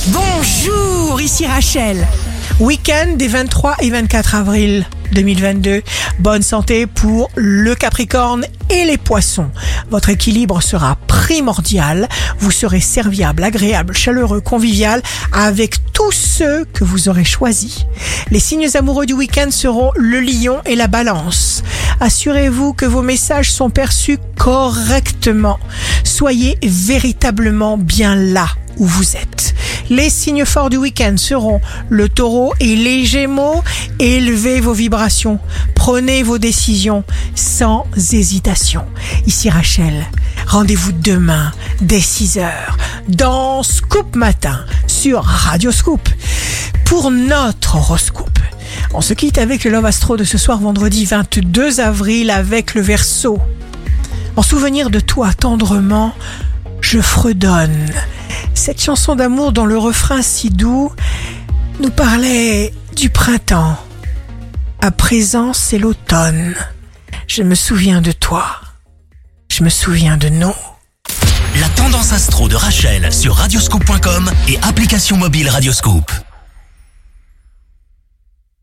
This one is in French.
Bonjour, ici Rachel. Week-end des 23 et 24 avril 2022. Bonne santé pour le Capricorne et les Poissons. Votre équilibre sera primordial. Vous serez serviable, agréable, chaleureux, convivial avec tous ceux que vous aurez choisis. Les signes amoureux du week-end seront le Lion et la Balance. Assurez-vous que vos messages sont perçus correctement. Soyez véritablement bien là où vous êtes. Les signes forts du week-end seront le Taureau et les Gémeaux. Élevez vos vibrations. Prenez vos décisions sans hésitation. Ici Rachel. Rendez-vous demain dès 6h dans Scoop Matin sur Radio Scoop pour notre horoscope. On se quitte avec le Love Astro de ce soir vendredi 22 avril avec le Verseau. En souvenir de toi tendrement, je fredonne. Cette chanson d'amour dont le refrain si doux nous parlait du printemps. À présent, c'est l'automne. Je me souviens de toi. Je me souviens de nous. La tendance astro de Rachel sur radioscoop.com et application mobile Radioscoop.